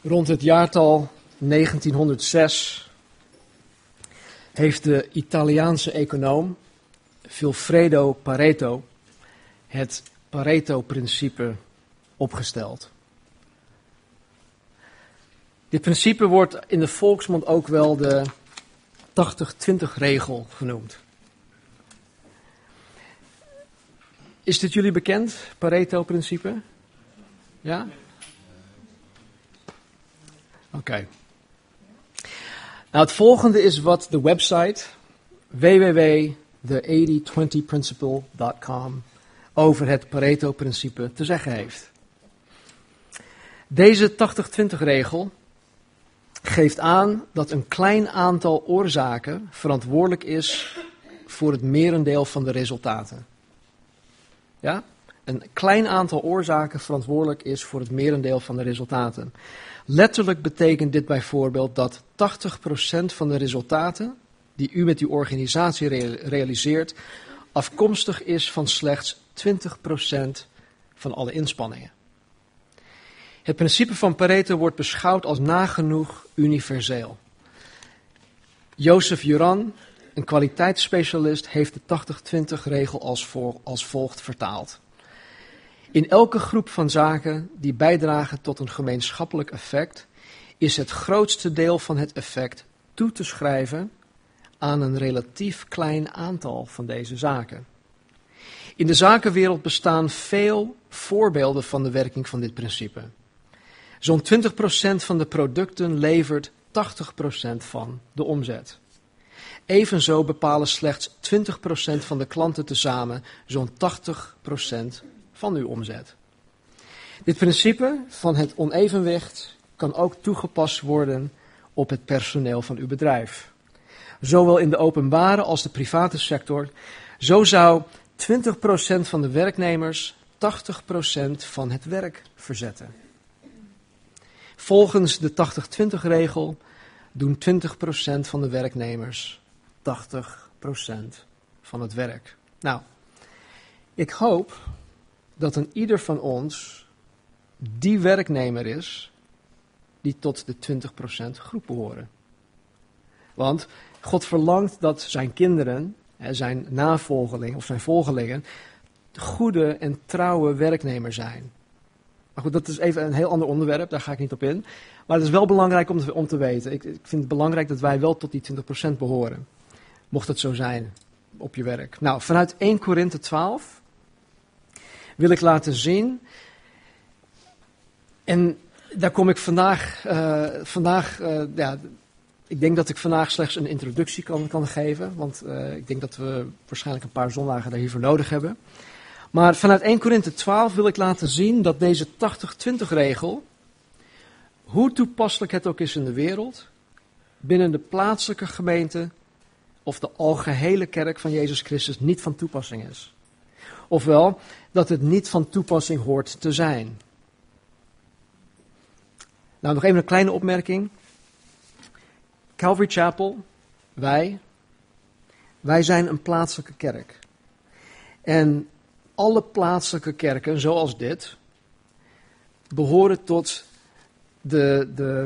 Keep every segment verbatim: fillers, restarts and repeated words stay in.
Rond het jaartal negentienhonderdzes heeft de Italiaanse econoom Vilfredo Pareto het Pareto-principe opgesteld. Dit principe wordt in de volksmond ook wel de tachtig twintig regel genoemd. Is dit jullie bekend, Pareto-principe? Ja? Oké. Okay. Nou, het volgende is wat de website w w w punt the eighty twenty principle dot com over het Pareto-principe te zeggen heeft. Deze tachtig twintig regel geeft aan dat een klein aantal oorzaken verantwoordelijk is voor het merendeel van de resultaten. Ja? Een klein aantal oorzaken verantwoordelijk is voor het merendeel van de resultaten. Letterlijk betekent dit bijvoorbeeld dat tachtig procent van de resultaten die u met uw organisatie realiseert afkomstig is van slechts twintig procent van alle inspanningen. Het principe van Pareto wordt beschouwd als nagenoeg universeel. Jozef Juran, een kwaliteitsspecialist, heeft de tachtig twintig regel als, voor, als volgt vertaald. In elke groep van zaken die bijdragen tot een gemeenschappelijk effect, is het grootste deel van het effect toe te schrijven aan een relatief klein aantal van deze zaken. In de zakenwereld bestaan veel voorbeelden van de werking van dit principe. Zo'n twintig procent van de producten levert tachtig procent van de omzet. Evenzo bepalen slechts twintig procent van de klanten tezamen zo'n tachtig procent van uw omzet. Dit principe van het onevenwicht kan ook toegepast worden op het personeel van uw bedrijf. Zowel in de openbare als de private sector. Zo zou twintig procent van de werknemers tachtig procent van het werk verzetten. Volgens de tachtig twintig regel doen twintig procent van de werknemers tachtig procent van het werk. Nou, ik hoop dat een ieder van ons die werknemer is die tot de twintig procent groep behoren. Want God verlangt dat zijn kinderen, zijn navolgelingen of zijn volgelingen, goede en trouwe werknemers zijn. Maar goed, dat is even een heel ander onderwerp, daar ga ik niet op in. Maar het is wel belangrijk om te, om te weten. Ik, ik vind het belangrijk dat wij wel tot die twintig procent behoren. Mocht het zo zijn op je werk. Nou, vanuit eerste Korinthe twaalf wil ik laten zien. En daar kom ik vandaag, uh, vandaag uh, ja, ik denk dat ik vandaag slechts een introductie kan, kan geven. Want uh, ik denk dat we waarschijnlijk een paar zondagen daar hiervoor nodig hebben. Maar vanuit eerste Korinthe twaalf wil ik laten zien dat deze tachtig twintig regel, hoe toepasselijk het ook is in de wereld, binnen de plaatselijke gemeente of de algehele kerk van Jezus Christus niet van toepassing is. Ofwel, dat het niet van toepassing hoort te zijn. Nou, nog even een kleine opmerking. Calvary Chapel, wij, wij zijn een plaatselijke kerk. En alle plaatselijke kerken, zoals dit, behoren tot de, de,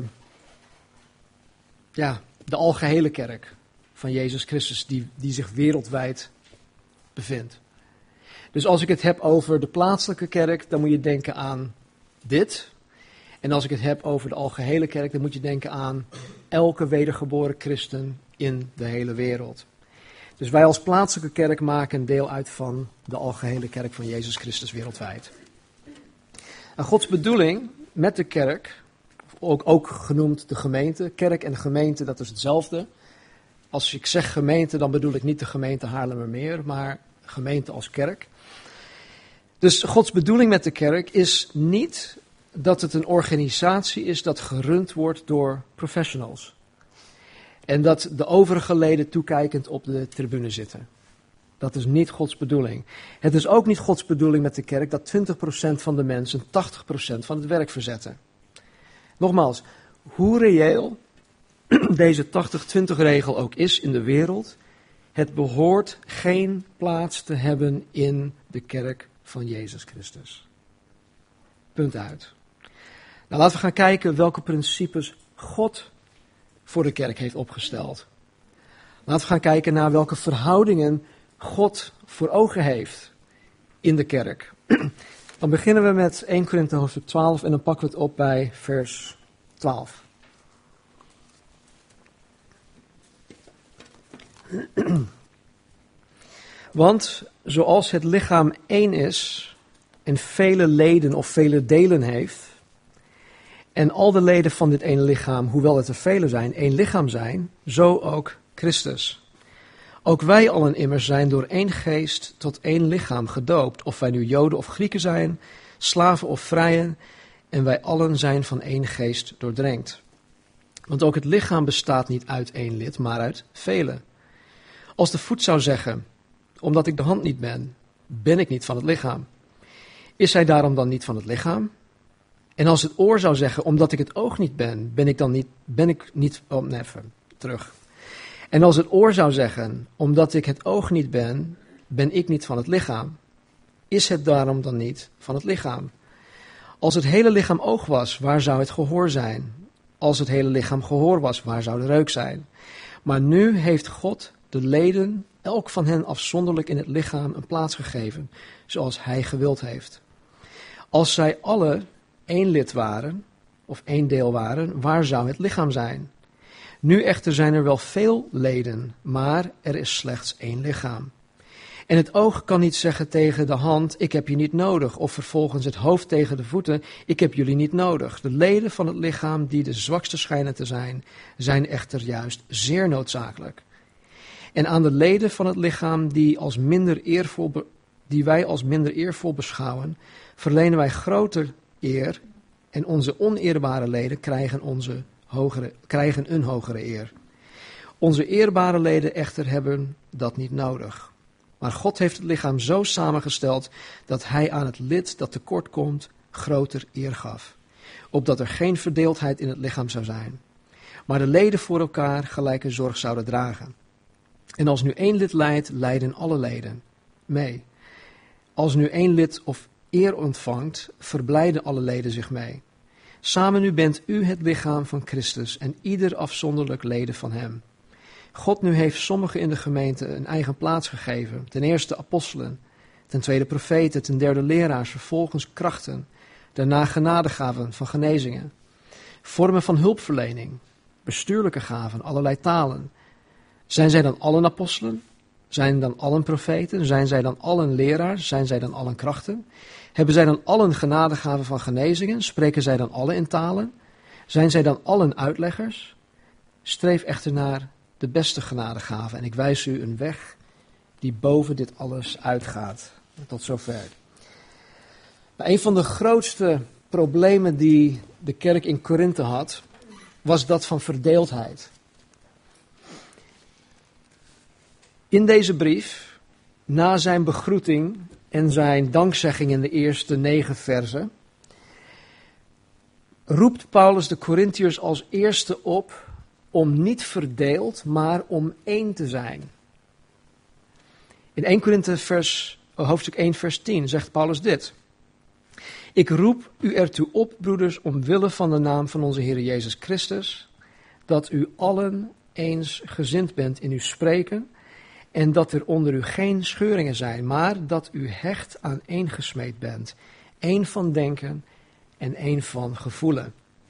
ja, de algehele kerk van Jezus Christus, die, die zich wereldwijd bevindt. Dus als ik het heb over de plaatselijke kerk, dan moet je denken aan dit. En als ik het heb over de algehele kerk, dan moet je denken aan elke wedergeboren christen in de hele wereld. Dus wij als plaatselijke kerk maken deel uit van de algehele kerk van Jezus Christus wereldwijd. En Gods bedoeling met de kerk, ook, ook genoemd de gemeente, kerk en gemeente, dat is hetzelfde. Als ik zeg gemeente, dan bedoel ik niet de gemeente Haarlemmermeer, maar gemeente als kerk. Dus Gods bedoeling met de kerk is niet dat het een organisatie is dat gerund wordt door professionals. En dat de overige leden toekijkend op de tribune zitten. Dat is niet Gods bedoeling. Het is ook niet Gods bedoeling met de kerk dat twintig procent van de mensen tachtig procent van het werk verzetten. Nogmaals, hoe reëel deze tachtig twintig regel ook is in de wereld, het behoort geen plaats te hebben in de kerk van Jezus Christus. Punt uit. Nou, laten we gaan kijken welke principes God voor de kerk heeft opgesteld. Laten we gaan kijken naar welke verhoudingen God voor ogen heeft in de kerk. Dan beginnen we met Eerste Korinthe hoofdstuk twaalf en dan pakken we het op bij vers twaalf. Want zoals het lichaam één is en vele leden of vele delen heeft, en al de leden van dit ene lichaam, hoewel het er vele zijn, één lichaam zijn, zo ook Christus. Ook wij allen immers zijn door één geest tot één lichaam gedoopt, of wij nu Joden of Grieken zijn, slaven of vrijen, en wij allen zijn van één geest doordrenkt. Want ook het lichaam bestaat niet uit één lid, maar uit vele. Als de voet zou zeggen, omdat ik de hand niet ben, ben ik niet van het lichaam. Is hij daarom dan niet van het lichaam? En als het oor zou zeggen, omdat ik het oog niet ben, ben ik dan niet, ben ik niet, oh nee, even terug. En als het oor zou zeggen, omdat ik het oog niet ben, ben ik niet van het lichaam. Is het daarom dan niet van het lichaam? Als het hele lichaam oog was, waar zou het gehoor zijn? Als het hele lichaam gehoor was, waar zou de reuk zijn? Maar nu heeft God de leden, elk van hen afzonderlijk in het lichaam, een plaats gegeven, zoals hij gewild heeft. Als zij alle één lid waren, of één deel waren, waar zou het lichaam zijn? Nu echter zijn er wel veel leden, maar er is slechts één lichaam. En het oog kan niet zeggen tegen de hand, ik heb je niet nodig, of vervolgens het hoofd tegen de voeten, ik heb jullie niet nodig. De leden van het lichaam die de zwakste schijnen te zijn, zijn echter juist zeer noodzakelijk. En aan de leden van het lichaam die, als minder eervol, die wij als minder eervol beschouwen, verlenen wij groter eer en onze oneerbare leden krijgen, onze hogere, krijgen een hogere eer. Onze eerbare leden echter hebben dat niet nodig. Maar God heeft het lichaam zo samengesteld dat hij aan het lid dat tekort komt groter eer gaf. Opdat er geen verdeeldheid in het lichaam zou zijn. Maar de leden voor elkaar gelijke zorg zouden dragen. En als nu één lid lijdt, lijden alle leden mee. Als nu één lid of eer ontvangt, verblijden alle leden zich mee. Samen nu bent u het lichaam van Christus en ieder afzonderlijk leden van hem. God nu heeft sommigen in de gemeente een eigen plaats gegeven. Ten eerste apostelen, ten tweede profeten, ten derde leraars, vervolgens krachten, daarna genadegaven van genezingen, vormen van hulpverlening, bestuurlijke gaven, allerlei talen. Zijn zij dan allen apostelen? Zijn dan allen profeten? Zijn zij dan allen leraars? Zijn zij dan allen krachten? Hebben zij dan allen genadegaven van genezingen? Spreken zij dan allen in talen? Zijn zij dan allen uitleggers? Streef echter naar de beste genadegaven en ik wijs u een weg die boven dit alles uitgaat. Tot zover. Maar een van de grootste problemen die de kerk in Korinthe had, was dat van verdeeldheid. In deze brief, na zijn begroeting en zijn dankzegging in de eerste negen verzen, roept Paulus de Korintiërs als eerste op om niet verdeeld, maar om één te zijn. In Eerste Korinthe vers, hoofdstuk één vers tien zegt Paulus dit. Ik roep u ertoe op, broeders, omwille van de naam van onze Heer Jezus Christus, dat u allen eens gezind bent in uw spreken en dat er onder u geen scheuringen zijn, maar dat u hecht aan één gesmeed bent, één van denken en één van gevoelen.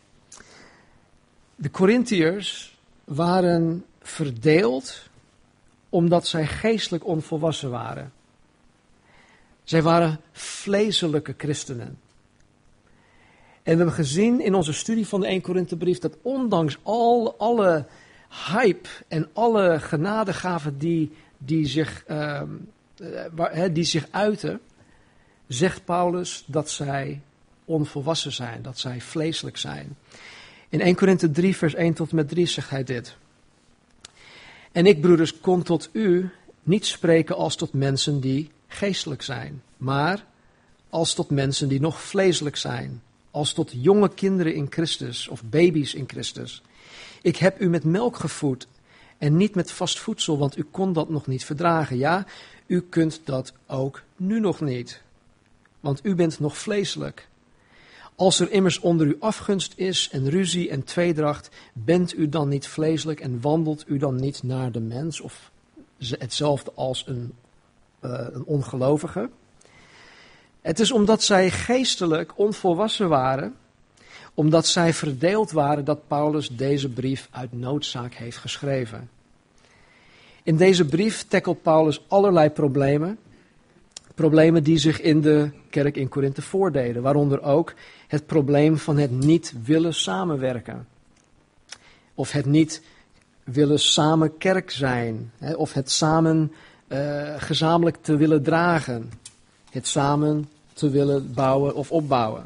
De Korintiërs waren verdeeld omdat zij geestelijk onvolwassen waren. Zij waren vleeselijke christenen. En we hebben gezien in onze studie van de Eerste Korinthebrief dat ondanks al, alle hype en alle genadegaven die, die, zich, uh, waar, die zich uiten, zegt Paulus dat zij onvolwassen zijn, dat zij vleeselijk zijn. In Eerste Korinthe drie vers één tot en met drie zegt hij dit. En ik, broeders, kon tot u niet spreken als tot mensen die geestelijk zijn, maar als tot mensen die nog vleeselijk zijn, als tot jonge kinderen in Christus of baby's in Christus. Ik heb u met melk gevoed en niet met vast voedsel, want u kon dat nog niet verdragen. Ja, u kunt dat ook nu nog niet, want u bent nog vleeselijk. Als er immers onder u afgunst is en ruzie en tweedracht, bent u dan niet vleeselijk en wandelt u dan niet naar de mens? Of hetzelfde als een, uh, een ongelovige. Het is omdat zij geestelijk onvolwassen waren, omdat zij verdeeld waren, dat Paulus deze brief uit noodzaak heeft geschreven. In deze brief tackelt Paulus allerlei problemen. Problemen die zich in de kerk in Korinthe voordeden, waaronder ook het probleem van het niet willen samenwerken. Of het niet willen samen kerk zijn, hè, of het samen uh, gezamenlijk te willen dragen. Het samen te willen bouwen of opbouwen.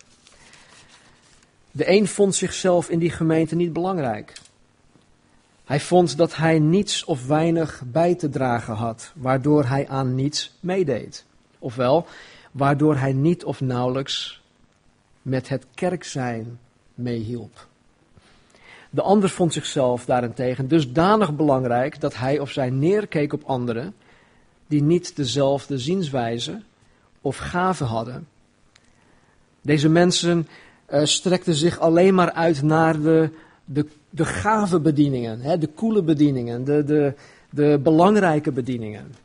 De een vond zichzelf in die gemeente niet belangrijk. Hij vond dat hij niets of weinig bij te dragen had, waardoor hij aan niets meedeed. Ofwel, waardoor hij niet of nauwelijks met het kerk zijn meehielp. De ander vond zichzelf daarentegen dusdanig belangrijk dat hij of zij neerkeek op anderen die niet dezelfde zienswijze of gaven hadden. Deze mensen uh, strekten zich alleen maar uit naar de, de, de gave bedieningen, hè, de coole bedieningen, de, de, de belangrijke bedieningen.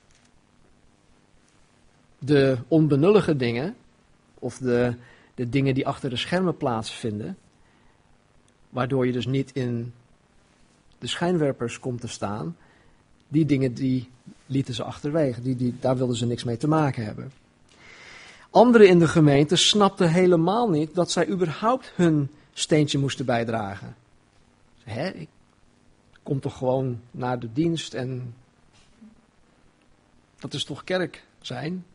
De onbenullige dingen, of de, de dingen die achter de schermen plaatsvinden, waardoor je dus niet in de schijnwerpers komt te staan, die dingen die lieten ze achterwege, die, die, daar wilden ze niks mee te maken hebben. Anderen in de gemeente snapten helemaal niet dat zij überhaupt hun steentje moesten bijdragen. Hè, ik kom toch gewoon naar de dienst en dat is toch kerk zijn?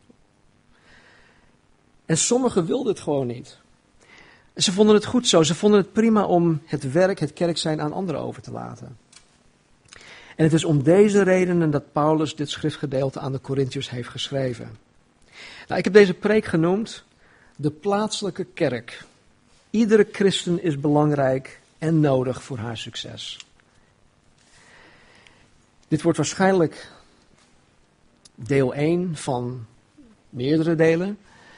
En sommigen wilden het gewoon niet. Ze vonden het goed zo. Ze vonden het prima om het werk, het kerk zijn aan anderen over te laten. En het is om deze redenen dat Paulus dit schriftgedeelte aan de Korintiërs heeft geschreven. Nou, ik heb deze preek genoemd de plaatselijke kerk. Iedere christen is belangrijk en nodig voor haar succes. Dit wordt waarschijnlijk deel één van meerdere delen.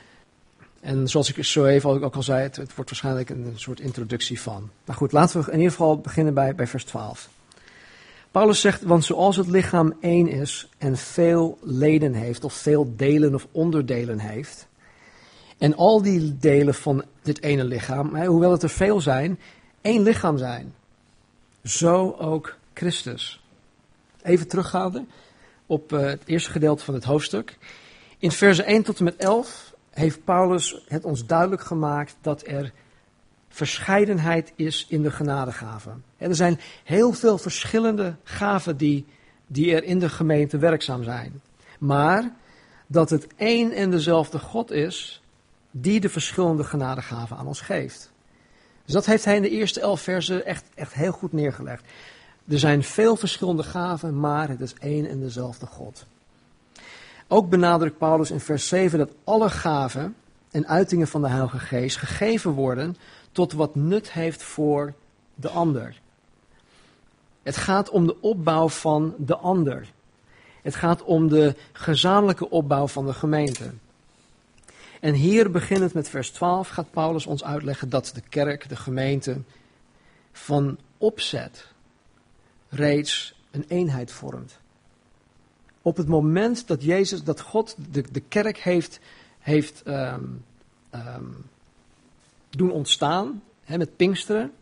En zoals ik zo even ook al zei, het, het wordt waarschijnlijk een soort introductie van. Nou goed, laten we in ieder geval beginnen bij, bij vers twaalf. Paulus zegt, want zoals het lichaam één is en veel leden heeft, of veel delen of onderdelen heeft, en al die delen van dit ene lichaam, hoewel het er veel zijn, één lichaam zijn. Zo ook Christus. Even teruggaande op het eerste gedeelte van het hoofdstuk. In versen één tot en met elf heeft Paulus het ons duidelijk gemaakt dat er verscheidenheid is in de genadegaven. Er zijn heel veel verschillende gaven die, die er in de gemeente werkzaam zijn. Maar dat het één en dezelfde God is die de verschillende genadegaven aan ons geeft. Dus dat heeft hij in de eerste elf versen echt, echt heel goed neergelegd. Er zijn veel verschillende gaven, maar het is één en dezelfde God. Ook benadrukt Paulus in vers zeven dat alle gaven en uitingen van de Heilige Geest gegeven worden tot wat nut heeft voor de ander. Het gaat om de opbouw van de ander. Het gaat om de gezamenlijke opbouw van de gemeente. En hier beginnend met vers twaalf gaat Paulus ons uitleggen dat de kerk, de gemeente, van opzet reeds een eenheid vormt. Op het moment dat Jezus, dat God de, de kerk heeft, heeft um, um, doen ontstaan, hè, met Pinksteren,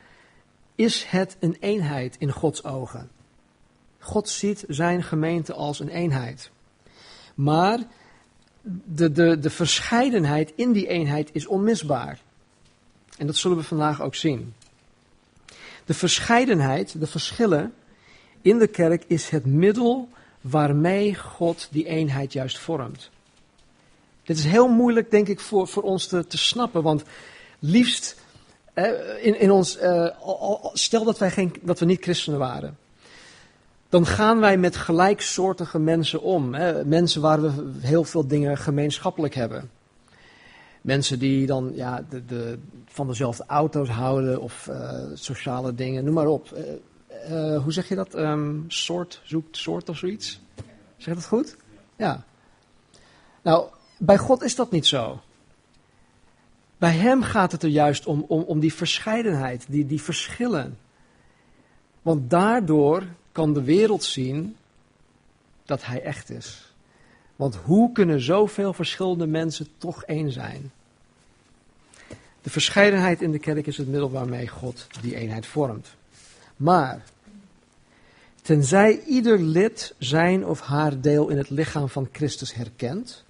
is het een eenheid in Gods ogen. God ziet zijn gemeente als een eenheid. Maar de, de, de verscheidenheid in die eenheid is onmisbaar. En dat zullen we vandaag ook zien. De verscheidenheid, de verschillen in de kerk is het middel waarmee God die eenheid juist vormt. Dit is heel moeilijk, denk ik, voor, voor ons te, te snappen, want liefst eh, in, in ons, eh, stel dat wij geen, dat we niet christenen waren, dan gaan wij met gelijksoortige mensen om. Hè? Mensen waar we heel veel dingen gemeenschappelijk hebben. Mensen die dan ja, de, de, van dezelfde auto's houden of uh, sociale dingen, noem maar op. Uh, uh, hoe zeg je dat? Um, soort, zoekt soort of zoiets? Zeg je dat goed? Ja. Nou, bij God is dat niet zo. Bij hem gaat het er juist om, om, om die verscheidenheid, die, die verschillen. Want daardoor kan de wereld zien dat hij echt is. Want hoe kunnen zoveel verschillende mensen toch één zijn? De verscheidenheid in de kerk is het middel waarmee God die eenheid vormt. Maar, tenzij ieder lid zijn of haar deel in het lichaam van Christus herkent,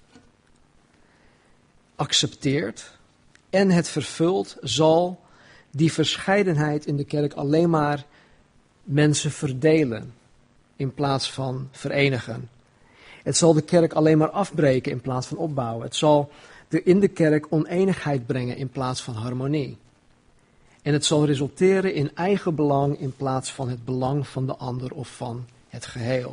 accepteert en het vervult, zal die verscheidenheid in de kerk alleen maar mensen verdelen in plaats van verenigen. Het zal de kerk alleen maar afbreken in plaats van opbouwen. Het zal er in de kerk oneenigheid brengen in plaats van harmonie. En het zal resulteren in eigen belang in plaats van het belang van de ander of van het geheel.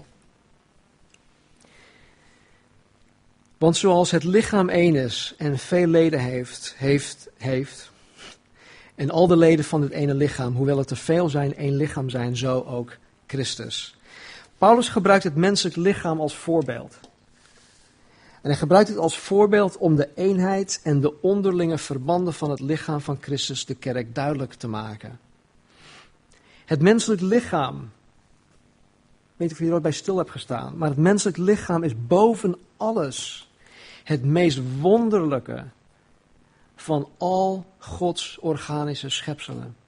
Want zoals het lichaam één is en veel leden heeft, heeft, heeft, en al de leden van het ene lichaam, hoewel het er veel zijn, één lichaam zijn, zo ook Christus. Paulus gebruikt het menselijk lichaam als voorbeeld. En hij gebruikt het als voorbeeld om de eenheid en de onderlinge verbanden van het lichaam van Christus, de kerk, duidelijk te maken. Het menselijk lichaam, ik weet niet of je er ooit bij stil hebt gestaan, maar het menselijk lichaam is boven alles het meest wonderlijke van al Gods organische schepselen.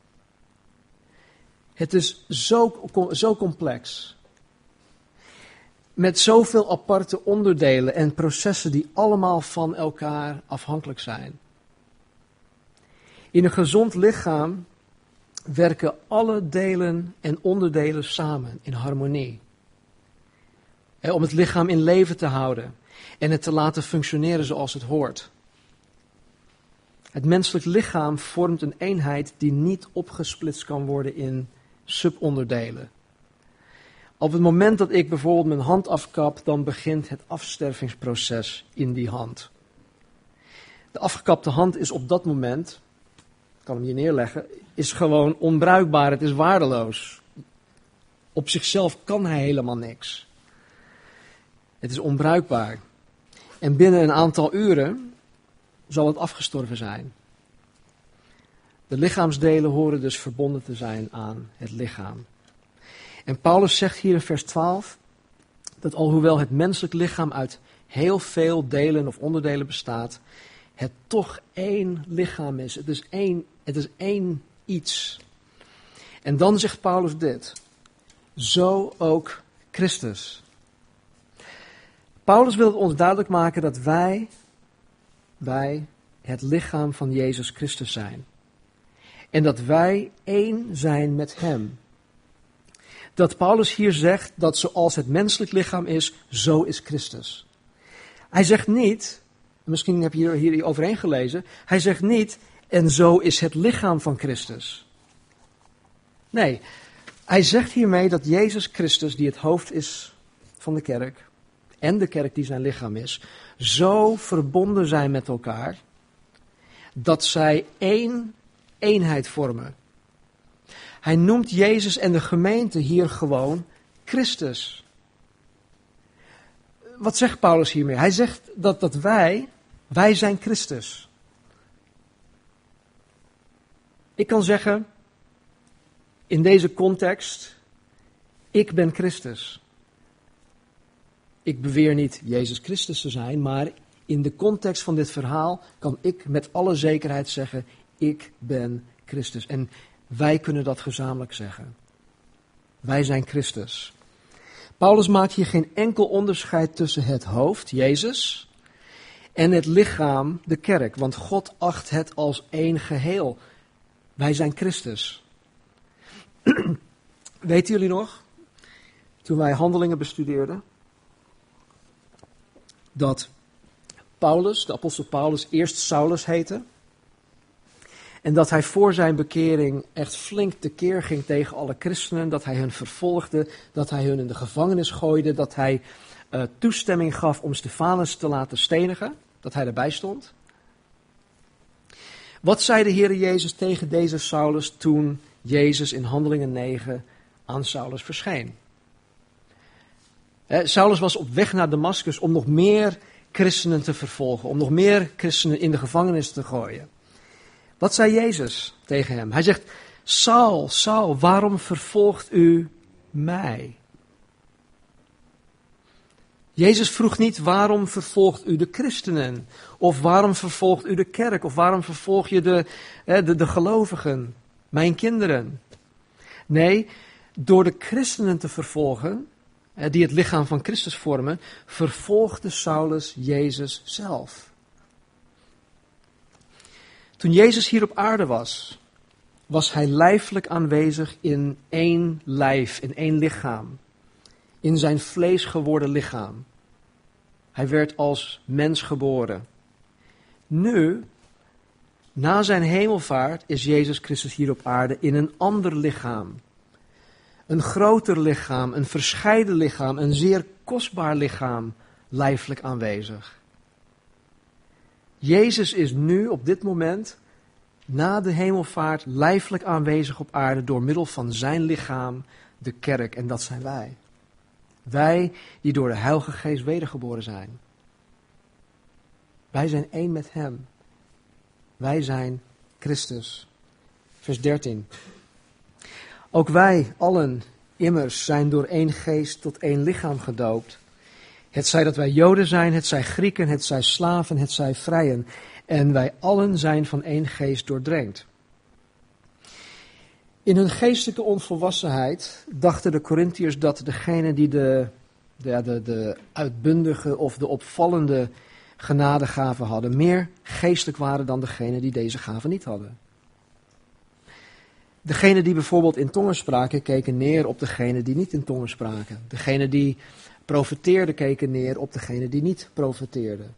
Het is zo, zo complex. Met zoveel aparte onderdelen en processen die allemaal van elkaar afhankelijk zijn. In een gezond lichaam werken alle delen en onderdelen samen in harmonie. Om het lichaam in leven te houden en het te laten functioneren zoals het hoort. Het menselijk lichaam vormt een eenheid die niet opgesplitst kan worden in subonderdelen. Op het moment dat ik bijvoorbeeld mijn hand afkap, dan begint het afstervingsproces in die hand. De afgekapte hand is op dat moment, ik kan hem hier neerleggen, is gewoon onbruikbaar, het is waardeloos. Op zichzelf kan hij helemaal niks. Het is onbruikbaar. En binnen een aantal uren zal het afgestorven zijn. De lichaamsdelen horen dus verbonden te zijn aan het lichaam. En Paulus zegt hier in vers twaalf dat alhoewel het menselijk lichaam uit heel veel delen of onderdelen bestaat, het toch één lichaam is. Het is één, het is één iets. En dan zegt Paulus dit: zo ook Christus. Paulus wil het ons duidelijk maken dat wij, wij het lichaam van Jezus Christus zijn. En dat wij één zijn met hem. Dat Paulus hier zegt dat zoals het menselijk lichaam is, zo is Christus. Hij zegt niet, misschien heb je hier overheen gelezen, hij zegt niet, en zo is het lichaam van Christus. Nee, hij zegt hiermee dat Jezus Christus, die het hoofd is van de kerk, en de kerk die zijn lichaam is, zo verbonden zijn met elkaar, dat zij één eenheid vormen. Hij noemt Jezus en de gemeente hier gewoon Christus. Wat zegt Paulus hiermee? Hij zegt dat, dat wij, wij zijn Christus. Ik kan zeggen, in deze context, ik ben Christus. Ik beweer niet Jezus Christus te zijn, maar in de context van dit verhaal kan ik met alle zekerheid zeggen, ik ben Christus. En wij kunnen dat gezamenlijk zeggen. Wij zijn Christus. Paulus maakt hier geen enkel onderscheid tussen het hoofd, Jezus, en het lichaam, de kerk. Want God acht het als één geheel. Wij zijn Christus. Weten jullie nog, toen wij Handelingen bestudeerden, dat Paulus, de apostel Paulus, eerst Saulus heette. En dat hij voor zijn bekering echt flink tekeer ging tegen alle christenen. Dat hij hen vervolgde, dat hij hun in de gevangenis gooide. Dat hij uh, toestemming gaf om Stefanus te laten stenigen. Dat hij erbij stond. Wat zei de Heere Jezus tegen deze Saulus toen Jezus in Handelingen negen aan Saulus verscheen? He, Saulus was op weg naar Damascus om nog meer christenen te vervolgen, om nog meer christenen in de gevangenis te gooien. Wat zei Jezus tegen hem? Hij zegt, Saul, Saul, waarom vervolgt u mij? Jezus vroeg niet, waarom vervolgt u de christenen? Of waarom vervolgt u de kerk? Of waarom vervolg je de, de, de gelovigen, mijn kinderen? Nee, door de christenen te vervolgen, die het lichaam van Christus vormen, vervolgde Saulus Jezus zelf. Toen Jezus hier op aarde was, was hij lijfelijk aanwezig in één lijf, in één lichaam. In zijn vlees geworden lichaam. Hij werd als mens geboren. Nu, na zijn hemelvaart, is Jezus Christus hier op aarde in een ander lichaam. Een groter lichaam, een verscheiden lichaam, een zeer kostbaar lichaam, lijfelijk aanwezig. Jezus is nu op dit moment, na de hemelvaart, lijfelijk aanwezig op aarde door middel van zijn lichaam, de kerk, en dat zijn wij. Wij die door de Heilige Geest wedergeboren zijn. Wij zijn één met hem. Wij zijn Christus. Vers dertien. Ook wij allen immers zijn door één geest tot één lichaam gedoopt. Het zij dat wij Joden zijn, het zij Grieken, het zij slaven, het zij vrijen. En wij allen zijn van één geest doordrenkt. In hun geestelijke onvolwassenheid dachten de Korintiërs dat degenen die de, de, de, de uitbundige of de opvallende genadegaven hadden, meer geestelijk waren dan degenen die deze gaven niet hadden. Degenen die bijvoorbeeld in tongen spraken, keken neer op degenen die niet in tongen spraken. Degenen die profeteerden, keken neer op degenen die niet profeteerden.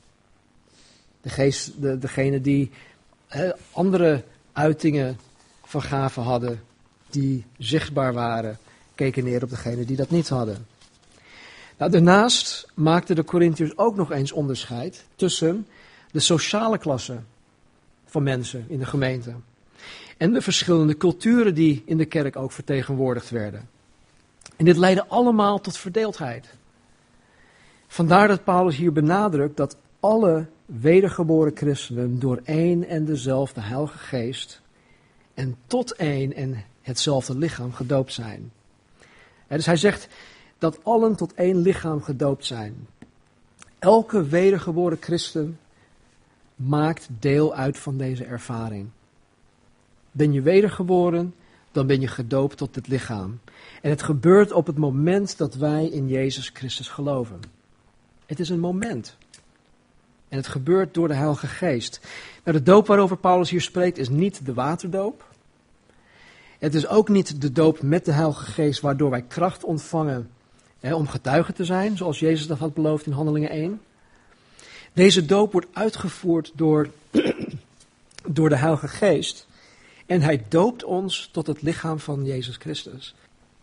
De geest, de, degenen die he, andere uitingen van gaven hadden, die zichtbaar waren, keken neer op degenen die dat niet hadden. Nou, daarnaast maakten de Korintiërs ook nog eens onderscheid tussen de sociale klasse van mensen in de gemeente en de verschillende culturen die in de kerk ook vertegenwoordigd werden. En dit leidde allemaal tot verdeeldheid. Vandaar dat Paulus hier benadrukt dat alle wedergeboren christenen door één en dezelfde Heilige Geest en tot één en hetzelfde lichaam gedoopt zijn. En dus hij zegt dat allen tot één lichaam gedoopt zijn. Elke wedergeboren christen maakt deel uit van deze ervaring. Ben je wedergeboren, dan ben je gedoopt tot dit lichaam. En het gebeurt op het moment dat wij in Jezus Christus geloven. Het is een moment. En het gebeurt door de Heilige Geest. Nou, de doop waarover Paulus hier spreekt is niet de waterdoop. Het is ook niet de doop met de Heilige Geest waardoor wij kracht ontvangen hè, om getuige te zijn, zoals Jezus dat had beloofd in Handelingen één. Deze doop wordt uitgevoerd door, door de Heilige Geest. En hij doopt ons tot het lichaam van Jezus Christus.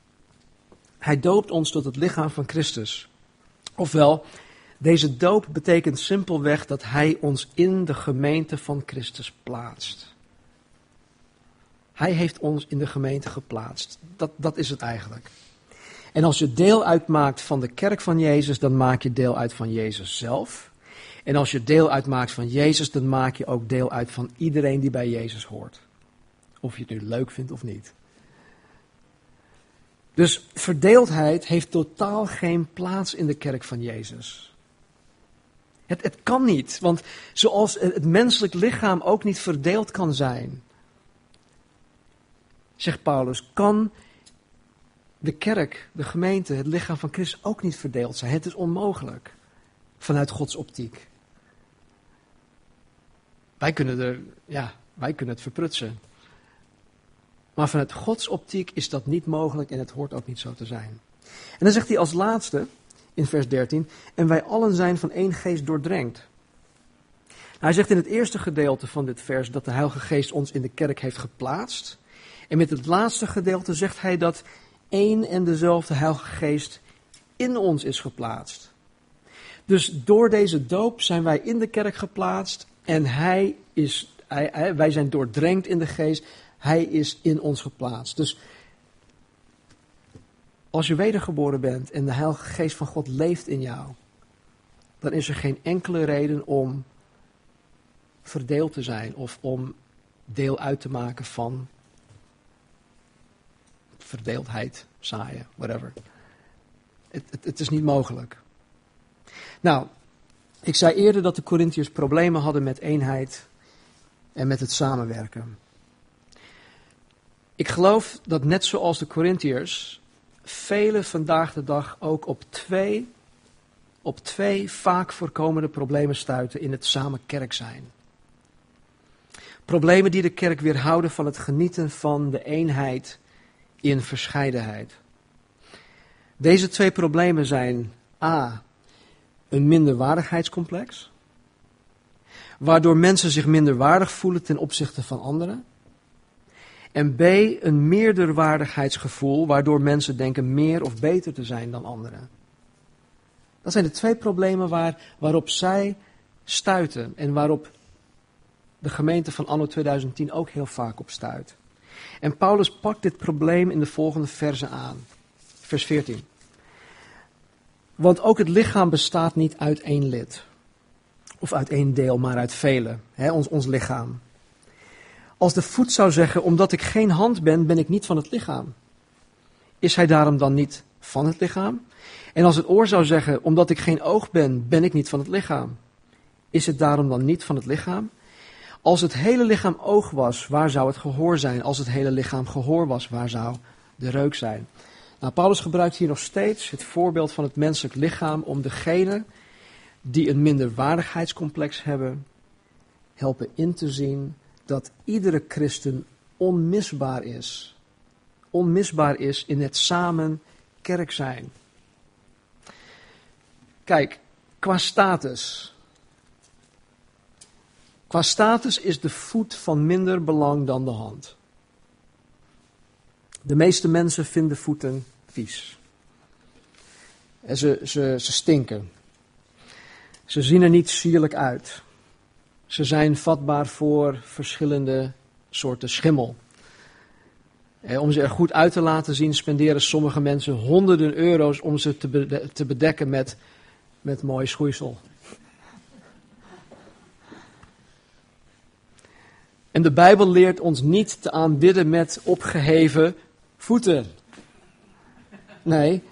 Hij doopt ons tot het lichaam van Christus. Ofwel, deze doop betekent simpelweg dat hij ons in de gemeente van Christus plaatst. Hij heeft ons in de gemeente geplaatst. Dat, dat is het eigenlijk. En als je deel uitmaakt van de kerk van Jezus, dan maak je deel uit van Jezus zelf. En als je deel uitmaakt van Jezus, dan maak je ook deel uit van iedereen die bij Jezus hoort. Of je het nu leuk vindt of niet. Dus verdeeldheid heeft totaal geen plaats in de kerk van Jezus. Het, het kan niet, want zoals het menselijk lichaam ook niet verdeeld kan zijn, zegt Paulus, kan de kerk, de gemeente, het lichaam van Christus ook niet verdeeld zijn. Het is onmogelijk vanuit Gods optiek. Wij kunnen, er, ja, wij kunnen het verprutsen. Maar vanuit Gods optiek is dat niet mogelijk en het hoort ook niet zo te zijn. En dan zegt hij als laatste in vers dertien, en wij allen zijn van één geest doordrenkt. Nou, hij zegt in het eerste gedeelte van dit vers dat de Heilige Geest ons in de kerk heeft geplaatst. En met het laatste gedeelte zegt hij dat één en dezelfde Heilige Geest in ons is geplaatst. Dus door deze doop zijn wij in de kerk geplaatst en hij is, hij, hij, wij zijn doordrenkt in de geest. Hij is in ons geplaatst. Dus als je wedergeboren bent en de Heilige Geest van God leeft in jou, dan is er geen enkele reden om verdeeld te zijn of om deel uit te maken van verdeeldheid, zaaien, whatever. Het, het, het is niet mogelijk. Nou, ik zei eerder dat de Korintiërs problemen hadden met eenheid en met het samenwerken. Ik geloof dat net zoals de Korintiërs, velen vandaag de dag ook op twee, op twee vaak voorkomende problemen stuiten in het samen kerk zijn. Problemen die de kerk weerhouden van het genieten van de eenheid in verscheidenheid. Deze twee problemen zijn A, een minderwaardigheidscomplex, waardoor mensen zich minderwaardig voelen ten opzichte van anderen. En B, een meerderwaardigheidsgevoel, waardoor mensen denken meer of beter te zijn dan anderen. Dat zijn de twee problemen waar, waarop zij stuiten en waarop de gemeente van anno tweeduizend tien ook heel vaak op stuit. En Paulus pakt dit probleem in de volgende verse aan. Vers veertien. Want ook het lichaam bestaat niet uit één lid. Of uit één deel, maar uit vele. Hè, ons, ons lichaam. Als de voet zou zeggen, omdat ik geen hand ben, ben ik niet van het lichaam. Is hij daarom dan niet van het lichaam? En als het oor zou zeggen, omdat ik geen oog ben, ben ik niet van het lichaam. Is het daarom dan niet van het lichaam? Als het hele lichaam oog was, waar zou het gehoor zijn? Als het hele lichaam gehoor was, waar zou de reuk zijn? Nou, Paulus gebruikt hier nog steeds het voorbeeld van het menselijk lichaam om degene die een minderwaardigheidscomplex hebben, helpen in te zien dat iedere christen onmisbaar is. Onmisbaar is in het samen kerk zijn. Kijk, qua status. Qua status is de voet van minder belang dan de hand. De meeste mensen vinden voeten vies. En ze, ze, ze stinken. Ze zien er niet sierlijk uit. Ze zijn vatbaar voor verschillende soorten schimmel. En om ze er goed uit te laten zien, spenderen sommige mensen honderden euro's om ze te, bede- te bedekken met, met mooi schoeisel. En de Bijbel leert ons niet te aanbidden met opgeheven voeten. Nee,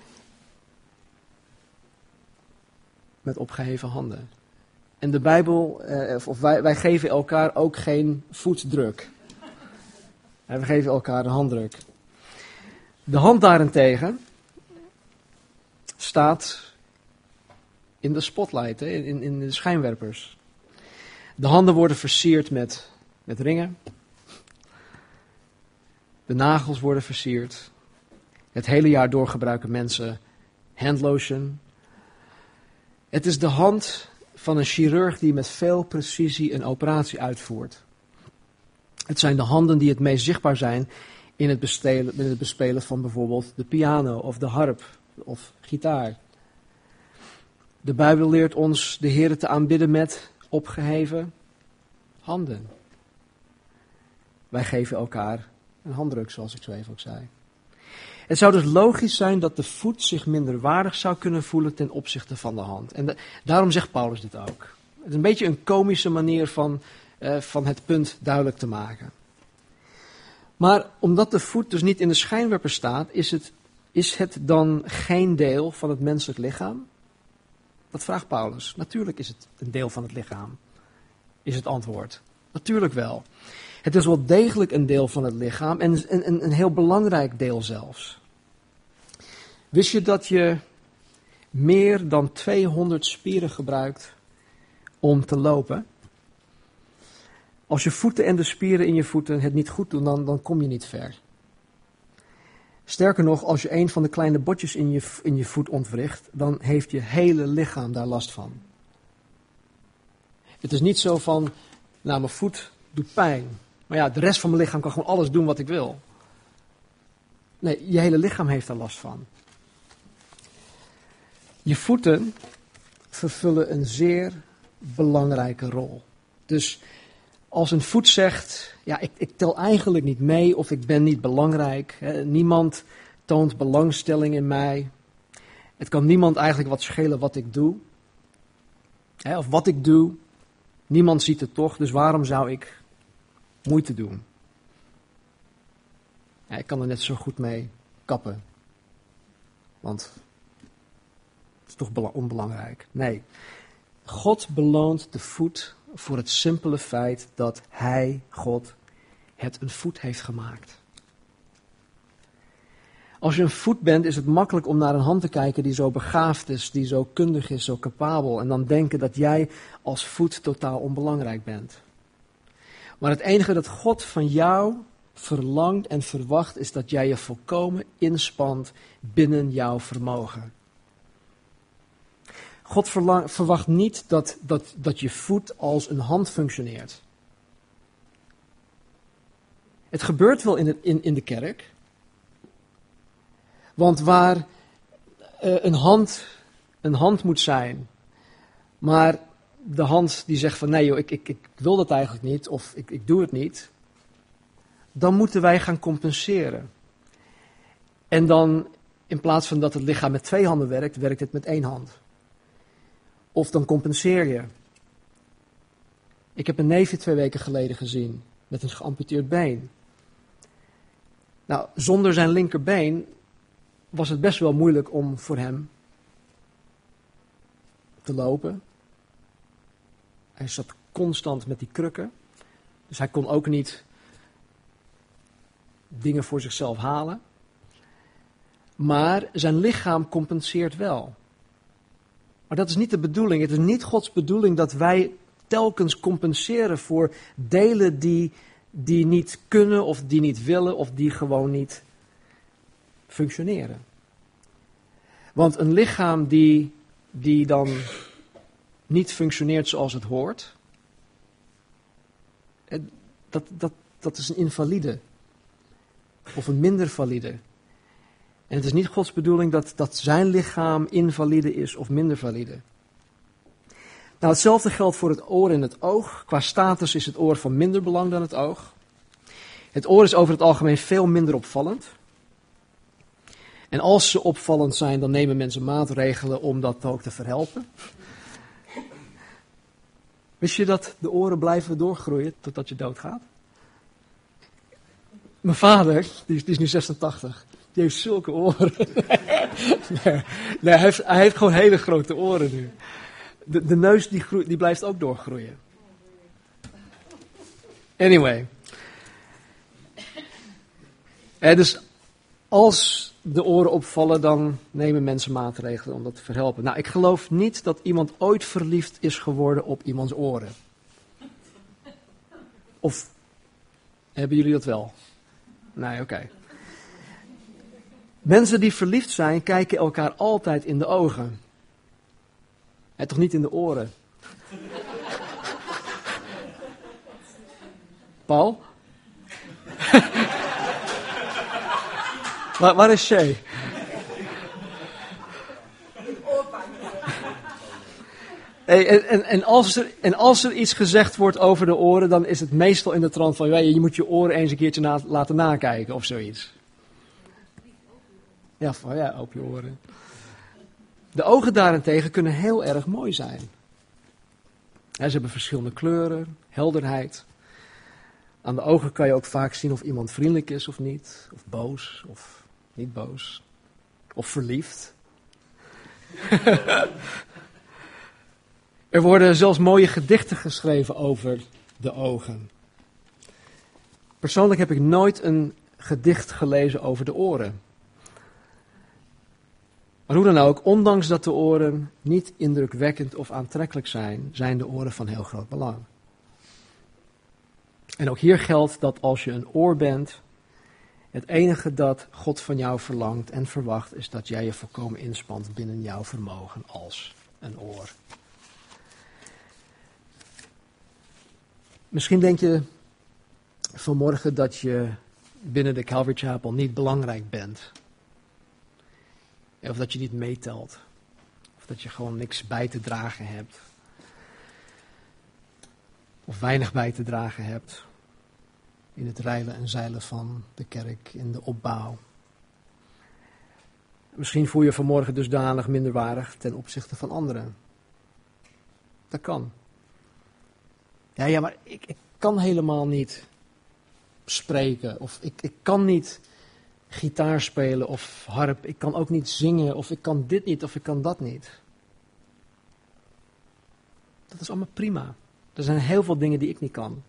met opgeheven handen. En de Bijbel, eh, of wij, wij geven elkaar ook geen voetdruk. We geven elkaar een handdruk. De hand daarentegen staat in de spotlight, hè, in, in de schijnwerpers. De handen worden versierd met, met ringen. De nagels worden versierd. Het hele jaar door gebruiken mensen handlotion. Het is de hand van een chirurg die met veel precisie een operatie uitvoert. Het zijn de handen die het meest zichtbaar zijn in het, bestelen, in het bespelen van bijvoorbeeld de piano of de harp of gitaar. De Bijbel leert ons de Heere te aanbidden met opgeheven handen. Wij geven elkaar een handdruk, zoals ik zo even ook zei. Het zou dus logisch zijn dat de voet zich minderwaardig zou kunnen voelen ten opzichte van de hand. En de, daarom zegt Paulus dit ook. Het is een beetje een komische manier van, uh, van het punt duidelijk te maken. Maar omdat de voet dus niet in de schijnwerper staat, is het, is het dan geen deel van het menselijk lichaam? Dat vraagt Paulus. Natuurlijk is het een deel van het lichaam, is het antwoord. Natuurlijk wel. Het is wel degelijk een deel van het lichaam en een, een, een heel belangrijk deel zelfs. Wist je dat je meer dan tweehonderd spieren gebruikt om te lopen? Als je voeten en de spieren in je voeten het niet goed doen, dan, dan kom je niet ver. Sterker nog, als je een van de kleine botjes in je, in je voet ontwricht, dan heeft je hele lichaam daar last van. Het is niet zo van, nou mijn voet doet pijn, maar ja, de rest van mijn lichaam kan gewoon alles doen wat ik wil. Nee, je hele lichaam heeft daar last van. Je voeten vervullen een zeer belangrijke rol. Dus als een voet zegt, ja, ik, ik tel eigenlijk niet mee of ik ben niet belangrijk. Hè, niemand toont belangstelling in mij. Het kan niemand eigenlijk wat schelen wat ik doe. Hè, of wat ik doe, niemand ziet het toch, dus waarom zou ik moeite doen? Ja, ik kan er net zo goed mee kappen. Want het is toch bela- onbelangrijk. Nee, God beloont de voet voor het simpele feit dat Hij, God, het een voet heeft gemaakt. Als je een voet bent, is het makkelijk om naar een hand te kijken die zo begaafd is, die zo kundig is, zo capabel. En dan denken dat jij als voet totaal onbelangrijk bent. Maar het enige dat God van jou verlangt en verwacht is dat jij je volkomen inspant binnen jouw vermogen. God verlang, verwacht niet dat, dat, dat je voet als een hand functioneert. Het gebeurt wel in, het, in, in de kerk. Want waar uh, een, hand, een hand moet zijn, maar de hand die zegt van nee joh, ik, ik, ik wil dat eigenlijk niet of ik, ik doe het niet, dan moeten wij gaan compenseren. En dan in plaats van dat het lichaam met twee handen werkt, werkt het met één hand. Of dan compenseer je. Ik heb een neefje twee weken geleden gezien met een geamputeerd been. Nou, zonder zijn linkerbeen was het best wel moeilijk om voor hem te lopen. Hij zat constant met die krukken. Dus hij kon ook niet dingen voor zichzelf halen. Maar zijn lichaam compenseert wel. Maar dat is niet de bedoeling. Het is niet Gods bedoeling dat wij telkens compenseren voor delen die, die niet kunnen of die niet willen of die gewoon niet functioneren. Want een lichaam die, die dan niet functioneert zoals het hoort, dat, dat, dat is een invalide. Of een minder valide. En het is niet Gods bedoeling dat, dat zijn lichaam invalide is of minder valide. Nou, hetzelfde geldt voor het oor en het oog. Qua status is het oor van minder belang dan het oog. Het oor is over het algemeen veel minder opvallend. En als ze opvallend zijn, dan nemen mensen maatregelen om dat ook te verhelpen. Wist je dat de oren blijven doorgroeien totdat je doodgaat? Mijn vader, die is, die is nu zesentachtig, die heeft zulke oren. nee, nee hij, heeft, hij heeft gewoon hele grote oren nu. De, de neus die, groeit, die blijft ook doorgroeien. Anyway. Eh, dus als de oren opvallen, dan nemen mensen maatregelen om dat te verhelpen. Nou, ik geloof niet dat iemand ooit verliefd is geworden op iemands oren. Of hebben jullie dat wel? Nee, oké. Okay. Mensen die verliefd zijn, kijken elkaar altijd in de ogen. En toch niet in de oren. Paul? waar, waar is Shay? Hey, en, en, en, als er, en als er iets gezegd wordt over de oren, dan is het meestal in de trant van, ja, je moet je oren eens een keertje na, laten nakijken of zoiets. Ja, van, ja, open je oren. De ogen daarentegen kunnen heel erg mooi zijn. Ja, ze hebben verschillende kleuren, helderheid. Aan de ogen kan je ook vaak zien of iemand vriendelijk is of niet, of boos of niet boos, of verliefd. Er worden zelfs mooie gedichten geschreven over de ogen. Persoonlijk heb ik nooit een gedicht gelezen over de oren. Maar hoe dan ook, ondanks dat de oren niet indrukwekkend of aantrekkelijk zijn, zijn de oren van heel groot belang. En ook hier geldt dat als je een oor bent, het enige dat God van jou verlangt en verwacht is dat jij je volkomen inspant binnen jouw vermogen als een oor. Misschien denk je vanmorgen dat je binnen de Calvary Chapel niet belangrijk bent. Of dat je niet meetelt. Of dat je gewoon niks bij te dragen hebt. Of weinig bij te dragen hebt. In het reilen en zeilen van de kerk, in de opbouw. Misschien voel je vanmorgen dusdanig minderwaardig ten opzichte van anderen. Dat kan. Ja, ja maar ik, ik kan helemaal niet spreken. Of ik, ik kan niet gitaar spelen of harp. Ik kan ook niet zingen. Of ik kan dit niet of ik kan dat niet. Dat is allemaal prima. Er zijn heel veel dingen die ik niet kan.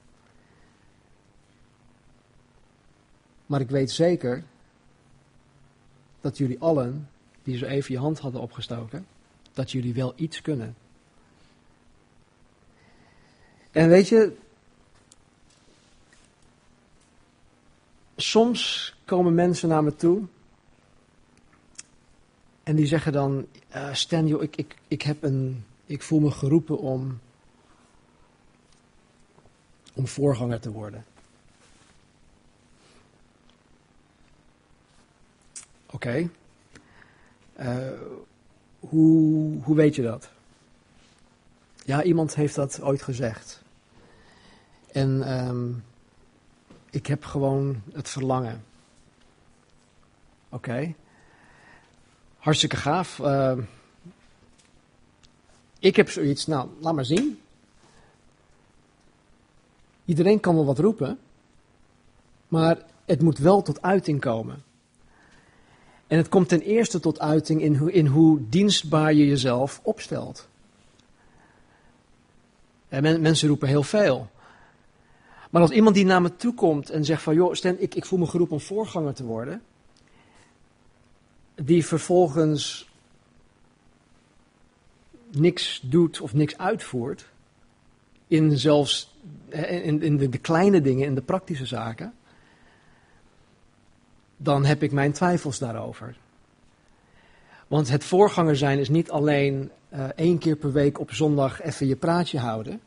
Maar ik weet zeker dat jullie allen, die zo even je hand hadden opgestoken, dat jullie wel iets kunnen. En weet je, soms komen mensen naar me toe en die zeggen dan, uh, Stan, joh, ik, ik, ik, heb een, ik voel me geroepen om, om voorganger te worden. Oké. Okay. Uh, hoe, hoe weet je dat? Ja, iemand heeft dat ooit gezegd. En um, ik heb gewoon het verlangen. Oké. Okay. Hartstikke gaaf. Uh, ik heb zoiets, nou, laat maar zien. Iedereen kan wel wat roepen. Maar het moet wel tot uiting komen. En het komt ten eerste tot uiting in hoe, in hoe dienstbaar je jezelf opstelt. En men, mensen roepen heel veel. Maar als iemand die naar me toe komt en zegt van, joh, Stan, ik, ik voel me geroepen om voorganger te worden. Die vervolgens niks doet of niks uitvoert. In zelfs in, in de, de kleine dingen, in de praktische zaken. Dan heb ik mijn twijfels daarover. Want het voorganger zijn is niet alleen uh, één keer per week op zondag even je praatje houden.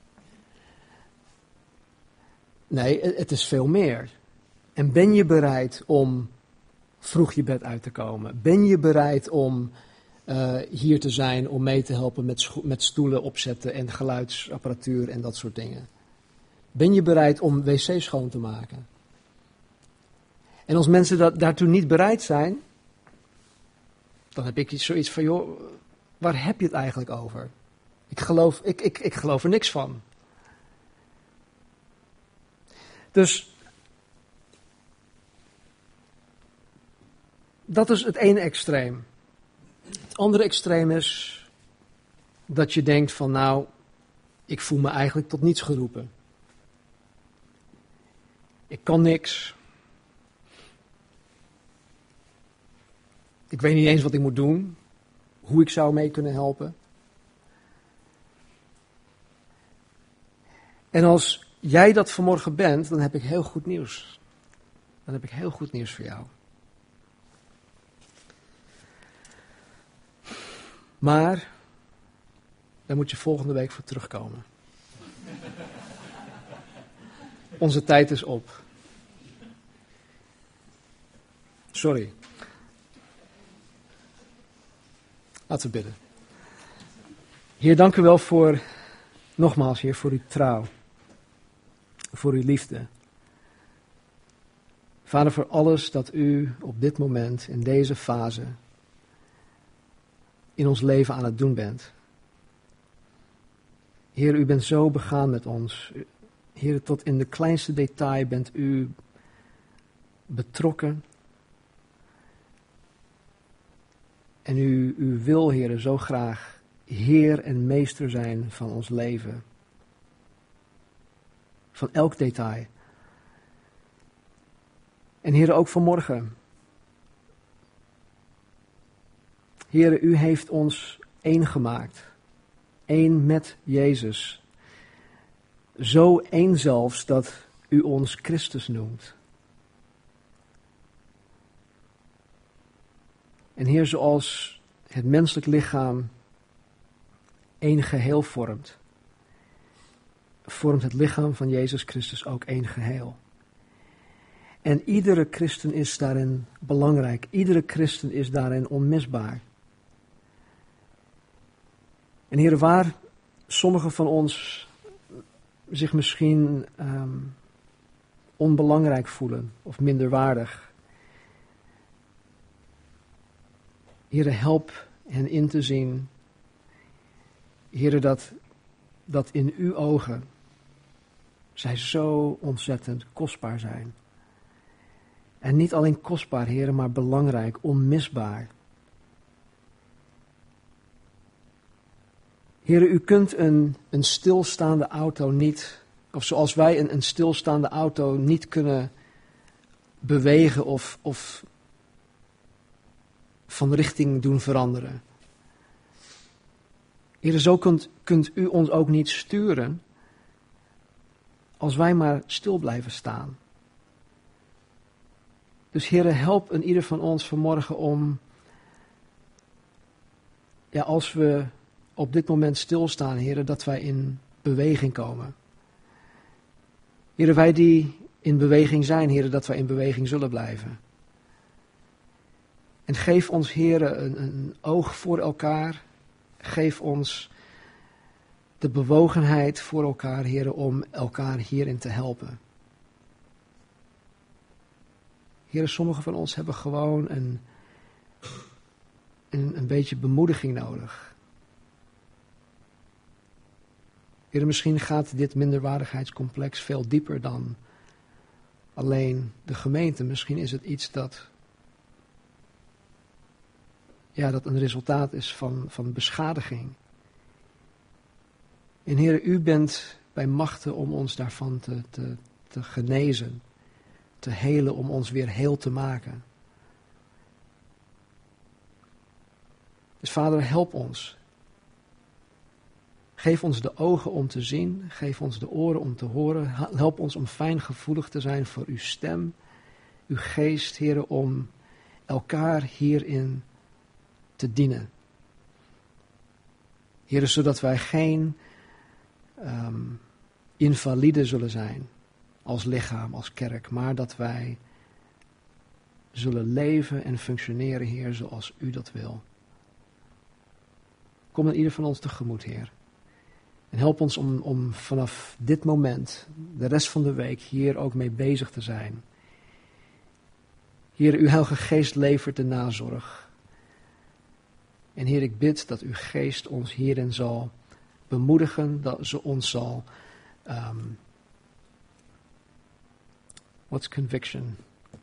Nee, het is veel meer. En ben je bereid om vroeg je bed uit te komen? Ben je bereid om uh, hier te zijn, om mee te helpen met, scho- met stoelen opzetten en geluidsapparatuur en dat soort dingen? Ben je bereid om wc's schoon te maken? En als mensen dat, daartoe niet bereid zijn, dan heb ik zoiets van, joh, waar heb je het eigenlijk over? Ik geloof, ik, ik, ik geloof er niks van. Dus dat is het ene extreem. Het andere extreem is dat je denkt van, nou, ik voel me eigenlijk tot niets geroepen. Ik kan niks. Ik weet niet eens wat ik moet doen, hoe ik zou mee kunnen helpen. En als jij dat vanmorgen bent, dan heb ik heel goed nieuws. Dan heb ik heel goed nieuws voor jou. Maar, daar moet je volgende week voor terugkomen. Onze tijd is op. Sorry. Laten we bidden. Heer, dank u wel voor, nogmaals Heer, voor uw trouw. Voor uw liefde. Vader, voor alles dat u op dit moment, in deze fase, in ons leven aan het doen bent. Heer, u bent zo begaan met ons. Heer, tot in de kleinste detail bent u betrokken. En u, u wil, Heer, zo graag Heer en Meester zijn van ons leven. Van elk detail. En Heer, ook vanmorgen. Heer, u heeft ons één gemaakt. Eén met Jezus. Zo één zelfs dat u ons Christus noemt. En Heer, zoals het menselijk lichaam één geheel vormt, vormt het lichaam van Jezus Christus ook één geheel. En iedere christen is daarin belangrijk. Iedere christen is daarin onmisbaar. En Heer, waar sommigen van ons zich misschien um, onbelangrijk voelen of minderwaardig. Heer, help hen in te zien, Heer, dat dat in uw ogen zij zo ontzettend kostbaar zijn. En niet alleen kostbaar, Heer, maar belangrijk, onmisbaar. Heer, u kunt een, een stilstaande auto niet, of zoals wij een, een stilstaande auto niet kunnen bewegen of, of van richting doen veranderen. Heer, zo kunt, kunt u ons ook niet sturen als wij maar stil blijven staan. Dus Heer, help een ieder van ons vanmorgen om, ja, als we op dit moment stilstaan, Heer, dat wij in beweging komen. Heer, wij die in beweging zijn, Heer, dat wij in beweging zullen blijven. En geef ons, Heer, een, een oog voor elkaar. Geef ons de bewogenheid voor elkaar, Heer, om elkaar hierin te helpen. Heer, sommigen van ons hebben gewoon een, een, een beetje bemoediging nodig. Heer, misschien gaat dit minderwaardigheidscomplex veel dieper dan alleen de gemeente. Misschien is het iets dat, ja, dat een resultaat is van, van beschadiging. En Heer, u bent bij machten om ons daarvan te, te, te genezen, te helen, om ons weer heel te maken. Dus Vader, help ons. Geef ons de ogen om te zien, geef ons de oren om te horen. Help ons om fijngevoelig te zijn voor uw stem, uw geest, Heer, om elkaar hierin te dienen. Heer, zodat wij geen um, invalide zullen zijn als lichaam, als kerk, maar dat wij zullen leven en functioneren, Heer, zoals u dat wil. Kom aan ieder van ons tegemoet, Heer. En help ons om, om vanaf dit moment, de rest van de week, hier ook mee bezig te zijn. Heer, uw Heilige Geest levert de nazorg. En Heer, ik bid dat uw Geest ons hierin zal bemoedigen, dat ze ons zal, um, what's conviction?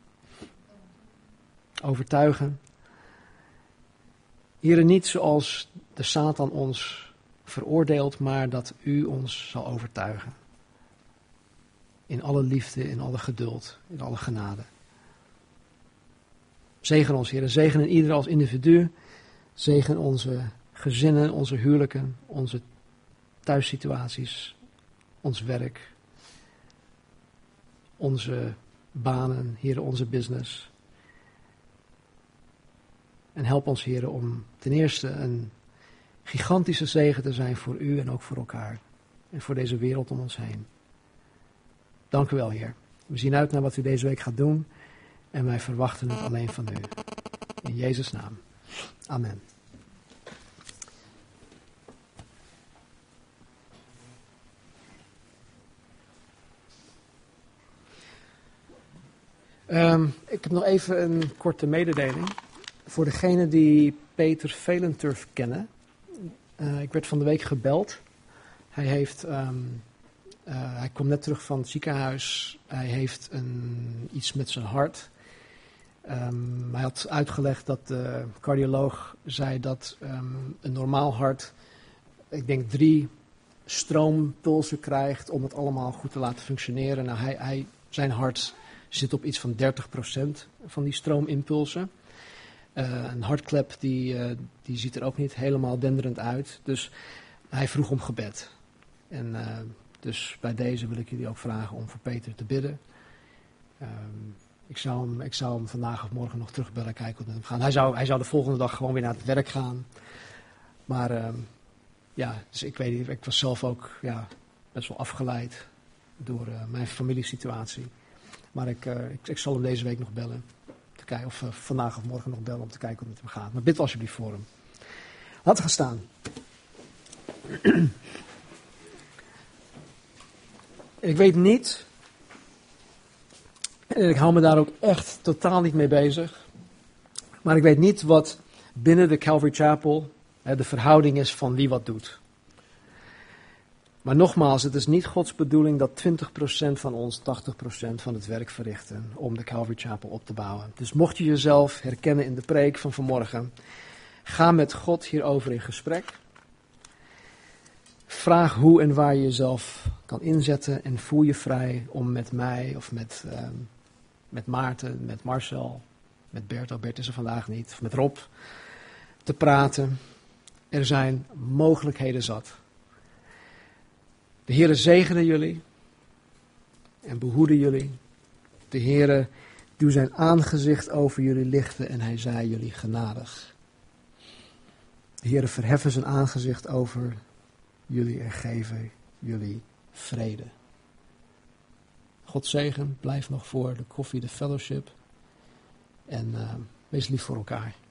Overtuigen. Heer, niet zoals de Satan ons veroordeelt, maar dat u ons zal overtuigen. In alle liefde, in alle geduld, in alle genade. Zegen ons, Heer, zegen in ieder als individu. Zegen onze gezinnen, onze huwelijken, onze thuissituaties, ons werk, onze banen, Heer, onze business. En help ons, Heer, om ten eerste een gigantische zegen te zijn voor u en ook voor elkaar. En voor deze wereld om ons heen. Dank u wel, Heer. We zien uit naar wat u deze week gaat doen. En wij verwachten het alleen van u. In Jezus' naam. Amen. Um, ik heb nog even een korte mededeling. Voor degenen die Peter Velenturf kennen. Uh, ik werd van de week gebeld. Hij heeft, um, uh, hij komt net terug van het ziekenhuis. Hij heeft een, iets met zijn hart. Um, hij had uitgelegd dat de cardioloog zei dat um, een normaal hart, ik denk drie stroompulsen krijgt om het allemaal goed te laten functioneren. Nou, hij, hij, zijn hart zit op iets van dertig procent van die stroomimpulsen. Uh, een hartklep die, uh, die ziet er ook niet helemaal denderend uit. Dus hij vroeg om gebed. En uh, dus bij deze wil ik jullie ook vragen om voor Peter te bidden. Um, ik, zou hem, ik zou hem vandaag of morgen nog terugbellen, kijken hoe het met hem gaat. Hij zou, hij zou de volgende dag gewoon weer naar het werk gaan. Maar um, ja, dus ik weet niet, ik was zelf ook ja, best wel afgeleid door uh, mijn familiesituatie. Maar ik, uh, ik, ik zal hem deze week nog bellen. Te kijken, of uh, vandaag of morgen nog bellen om te kijken hoe het met hem gaat. Maar bid alsjeblieft voor hem. Laten we gaan staan. Ik weet niet, en ik hou me daar ook echt totaal niet mee bezig, maar ik weet niet wat binnen de Calvary Chapel hè, de verhouding is van wie wat doet. Maar nogmaals, het is niet Gods bedoeling dat twintig procent van ons tachtig procent van het werk verrichten om de Calvary Chapel op te bouwen. Dus mocht je jezelf herkennen in de preek van vanmorgen, ga met God hierover in gesprek. Vraag hoe en waar je jezelf kan inzetten en voel je vrij om met mij of met, uh, met Maarten, met Marcel, met Bert, oh Bert is er vandaag niet, of met Rob te praten. Er zijn mogelijkheden zat. De Heere zegene jullie en behoede jullie. De Heere doe zijn aangezicht over jullie lichten en hij zij jullie genadig. De Heere verheffen zijn aangezicht over jullie en geven jullie vrede. God zegen, blijf nog voor de koffie, de fellowship en uh, wees lief voor elkaar.